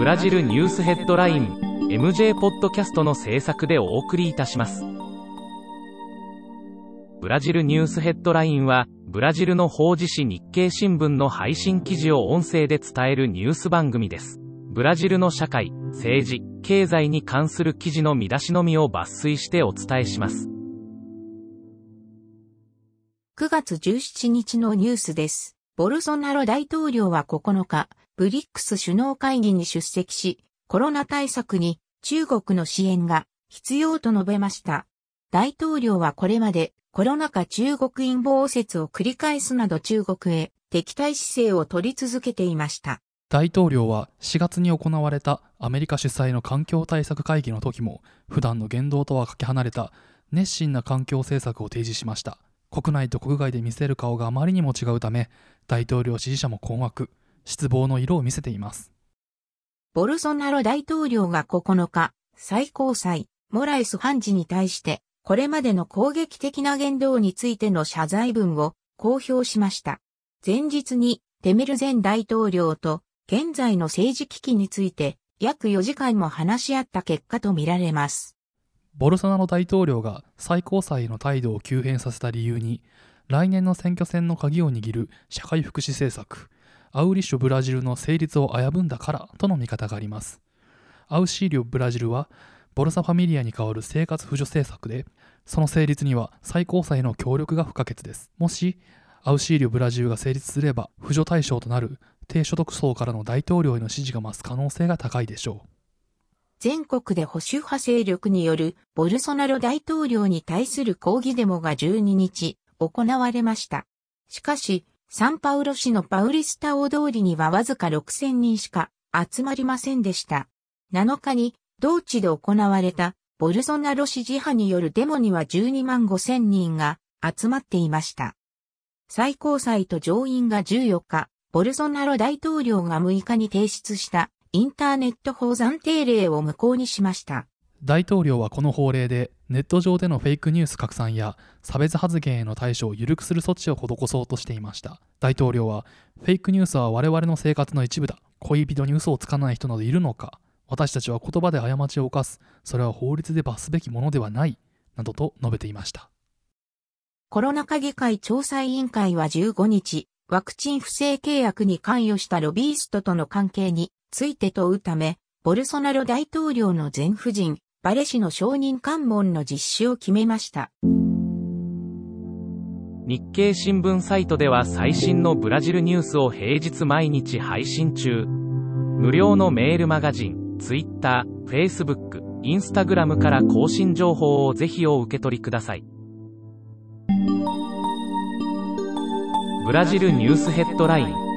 ブラジルニュースヘッドライン MJ ポッドキャストの制作でお送りいたします。ブラジルニュースヘッドラインはブラジルの法事紙日経新聞の配信記事を音声で伝えるニュース番組です。ブラジルの社会、政治、経済に関する記事の見出しのみを抜粋してお伝えします。 9月17日のニュースです。ボルソナロ大統領は9日、ブリックス首脳会議に出席し、コロナ対策に中国の支援が必要と述べました。大統領はこれまでコロナ禍中国陰謀説を繰り返すなど中国へ敵対姿勢を取り続けていました。 大統領は4月に行われたアメリカ主催の環境対策会議の時も普段の言動とはかけ離れた熱心な環境政策を提示しました。国内と国外で見せる顔があまりにも違うため、大統領支持者も困惑、失望の色を見せています。 ボルソナロ大統領が9日、最高裁、モラエス判事に対して、これまでの攻撃的な言動についての謝罪文を公表しました。前日に、テメル前大統領と、現在の政治危機について、約4時間も話し合った結果とみられます。 ボルソナロ大統領が最高裁への態度を急変させた理由に、来年の選挙戦の鍵を握る社会福祉政策、アウリショブラジルの成立を危ぶんだからとの見方があります。アウシーリョブラジルは、ボルサファミリアに代わる生活扶助政策で、その成立には最高裁の協力が不可欠です。もし、アウシーリョブラジルが成立すれば、扶助対象となる低所得層からの大統領への支持が増す可能性が高いでしょう。 全国で保守派勢力によるボルソナロ大統領に対する抗議デモが12日行われました。しかし、サンパウロ市のパウリスタ大通りにはわずか6000人しか集まりませんでした。7日に同地で行われたボルソナロ支持派によるデモには12万5000人が集まっていました。最高裁と上院が14日、ボルソナロ大統領が6日に提出したインターネット法暫定令を無効にしました。 大統領はこの法令でネット上でのフェイクニュース拡散や差別発言への対処を緩くする措置を施そうとしていました。大統領はフェイクニュースは我々の生活の一部だ。恋人に嘘をつかない人などいるのか。私たちは言葉で過ちを犯す。それは法律で罰すべきものではない。などと述べていました。 コロナ禍議会調査委員会は15日、ワクチン不正契約に関与したロビーストとの関係について問うため、ボルソナロ大統領の前夫人、バレ氏の証人喚問の実施を決めました。 日経新聞サイトでは最新のブラジルニュースを平日毎日配信中。無料のメールマガジン、Twitter、Facebook、Instagram から更新情報をぜひお受け取りください。ブラジルニュースヘッドライン